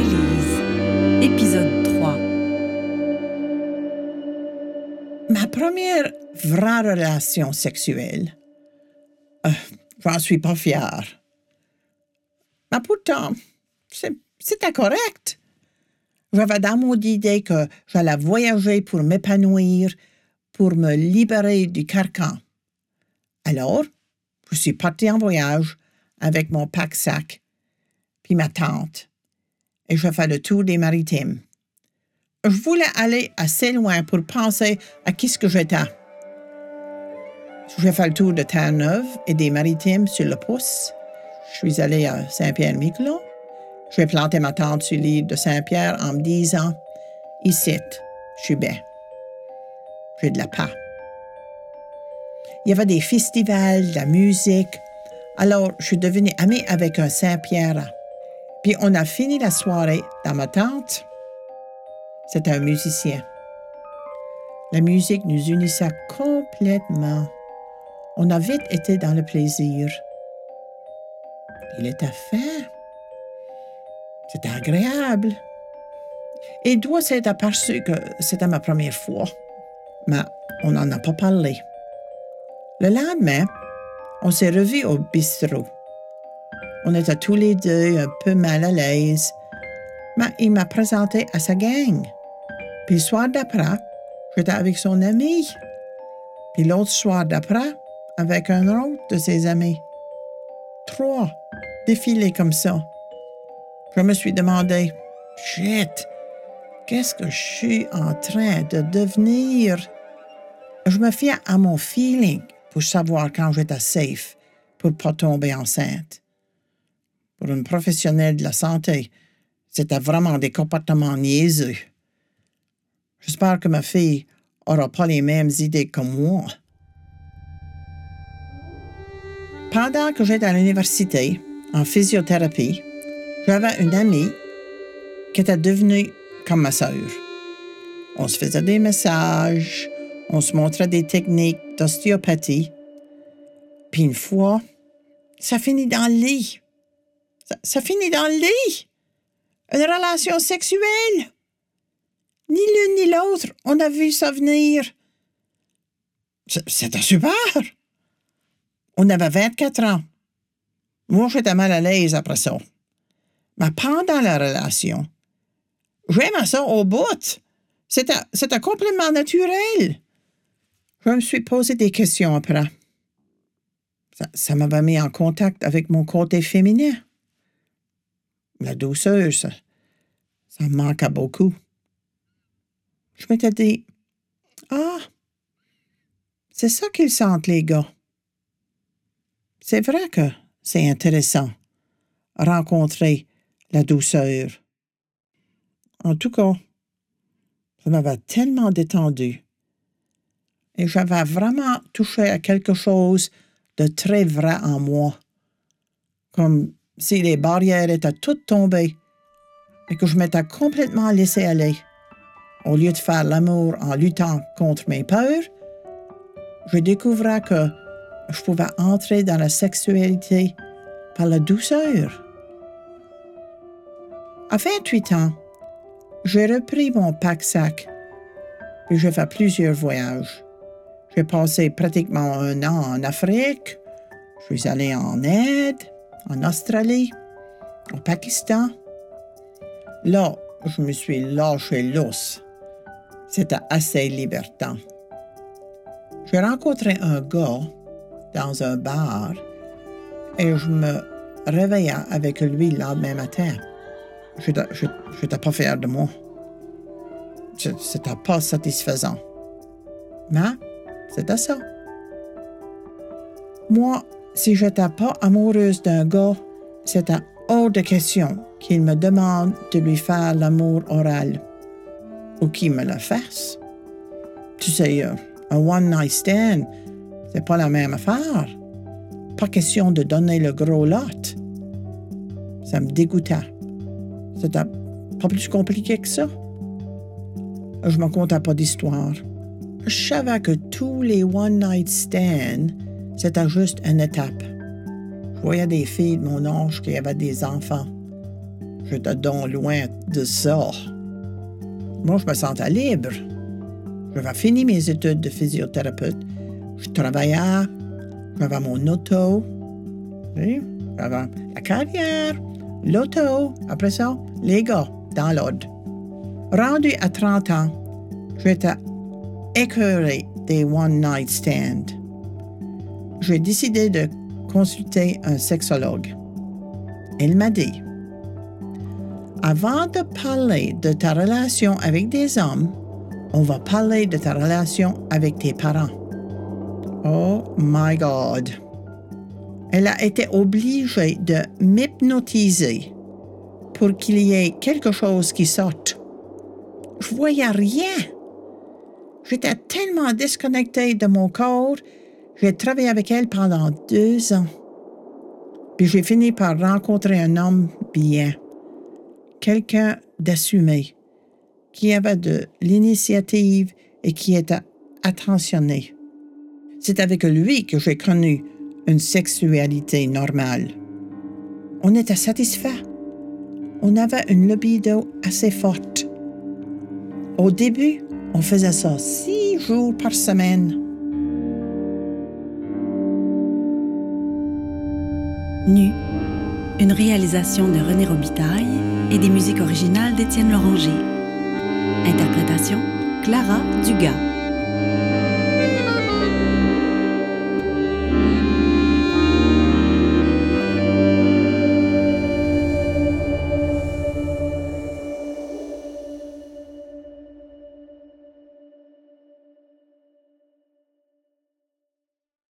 Élise, épisode 3. Ma première vraie relation sexuelle, j'en suis pas fière. Mais pourtant, c'était correct. J'avais dans mon idée que j'allais voyager pour m'épanouir, pour me libérer du carcan. Alors, je suis partie en voyage avec mon pack-sac, puis ma tante, et je fais le tour des maritimes. Je voulais aller assez loin pour penser à qui ce que j'étais. J'ai fait le tour de Terre-Neuve et des maritimes sur le pouce. Je suis allée à Saint-Pierre-Miquelon. J'ai planté ma tente sur l'île de Saint-Pierre en me disant « Ici, je suis bien. J'ai de la paix. » Il y avait des festivals, de la musique. Alors, je suis devenue amie avec un Saint-Pierre. Puis on a fini la soirée dans ma tente. C'était un musicien. La musique nous unissait complètement. On a vite été dans le plaisir. Il était fin. C'était agréable. Et doit s'être aperçu que c'était ma première fois. Mais on n'en a pas parlé. Le lendemain, on s'est revus au bistrot. On était tous les deux un peu mal à l'aise, mais il m'a présenté à sa gang. Puis le soir d'après, j'étais avec son ami. Puis l'autre soir d'après, avec un autre de ses amis. 3 défilés comme ça. Je me suis demandé, shit, qu'est-ce que je suis en train de devenir? Je me fiais à mon feeling pour savoir quand j'étais safe pour ne pas tomber enceinte. Pour une professionnelle de la santé, c'était vraiment des comportements niaiseux. J'espère que ma fille n'aura pas les mêmes idées que moi. Pendant que j'étais à l'université, en physiothérapie, j'avais une amie qui était devenue comme ma sœur. On se faisait des massages, on se montrait des techniques d'ostéopathie. Puis une fois, ça finit dans le lit. Ça finit dans le lit. Une relation sexuelle. Ni l'une ni l'autre, on a vu ça venir. C'était super. On avait 24 ans. Moi, j'étais mal à l'aise après ça. Mais pendant la relation, j'aimais ça au bout. C'était complètement naturel. Je me suis posé des questions après. Ça m'avait mis en contact avec mon côté féminin. La douceur, ça me manquait beaucoup. Je m'étais dit, c'est ça qu'ils sentent, les gars. C'est vrai que c'est intéressant, rencontrer la douceur. En tout cas, ça m'avait tellement détendu. Et j'avais vraiment touché à quelque chose de très vrai en moi. Comme si les barrières étaient toutes tombées et que je m'étais complètement laissé aller. Au lieu de faire l'amour en luttant contre mes peurs, je découvrais que je pouvais entrer dans la sexualité par la douceur. À 28 ans, j'ai repris mon pack-sac et j'ai fait plusieurs voyages. J'ai passé pratiquement 1 an en Afrique. Je suis allé en Inde, en Australie, au Pakistan. Là, je me suis lâché l'os. C'était assez libertant. J'ai rencontré un gars dans un bar et je me réveillais avec lui le lendemain matin. Je n'étais pas fière de moi. C'était pas satisfaisant. Mais c'était ça. Moi, si je n'étais pas amoureuse d'un gars, c'était hors de question qu'il me demande de lui faire l'amour oral ou qu'il me le fasse. Tu sais, un one-night stand, c'est pas la même affaire. Pas question de donner le gros lot. Ça me dégoûtait. C'était pas plus compliqué que ça. Je me contais pas d'histoire. Je savais que tous les one-night stands, c'était juste une étape. Je voyais des filles de mon âge qui avaient des enfants. J'étais donc loin de ça. Moi, je me sentais libre. J'avais fini mes études de physiothérapeute. Je travaillais, j'avais mon auto. Oui, j'avais la carrière, l'auto. Après ça, les gars, dans l'ordre. Rendu à 30 ans, j'étais écœuré des one-night stands. J'ai décidé de consulter un sexologue. Elle m'a dit, avant de parler de ta relation avec des hommes, on va parler de ta relation avec tes parents. Oh my God! Elle a été obligée de m'hypnotiser pour qu'il y ait quelque chose qui sorte. Je voyais rien. J'étais tellement déconnectée de mon corps. J'ai travaillé avec elle pendant 2 ans. Puis j'ai fini par rencontrer un homme bien. Quelqu'un d'assumé, qui avait de l'initiative et qui était attentionné. C'est avec lui que j'ai connu une sexualité normale. On était satisfaits. On avait une libido assez forte. Au début, on faisait ça 6 jours par semaine. Nu, une réalisation de René Robitaille et des musiques originales d'Étienne Loranger. Interprétation, Clara Dugas.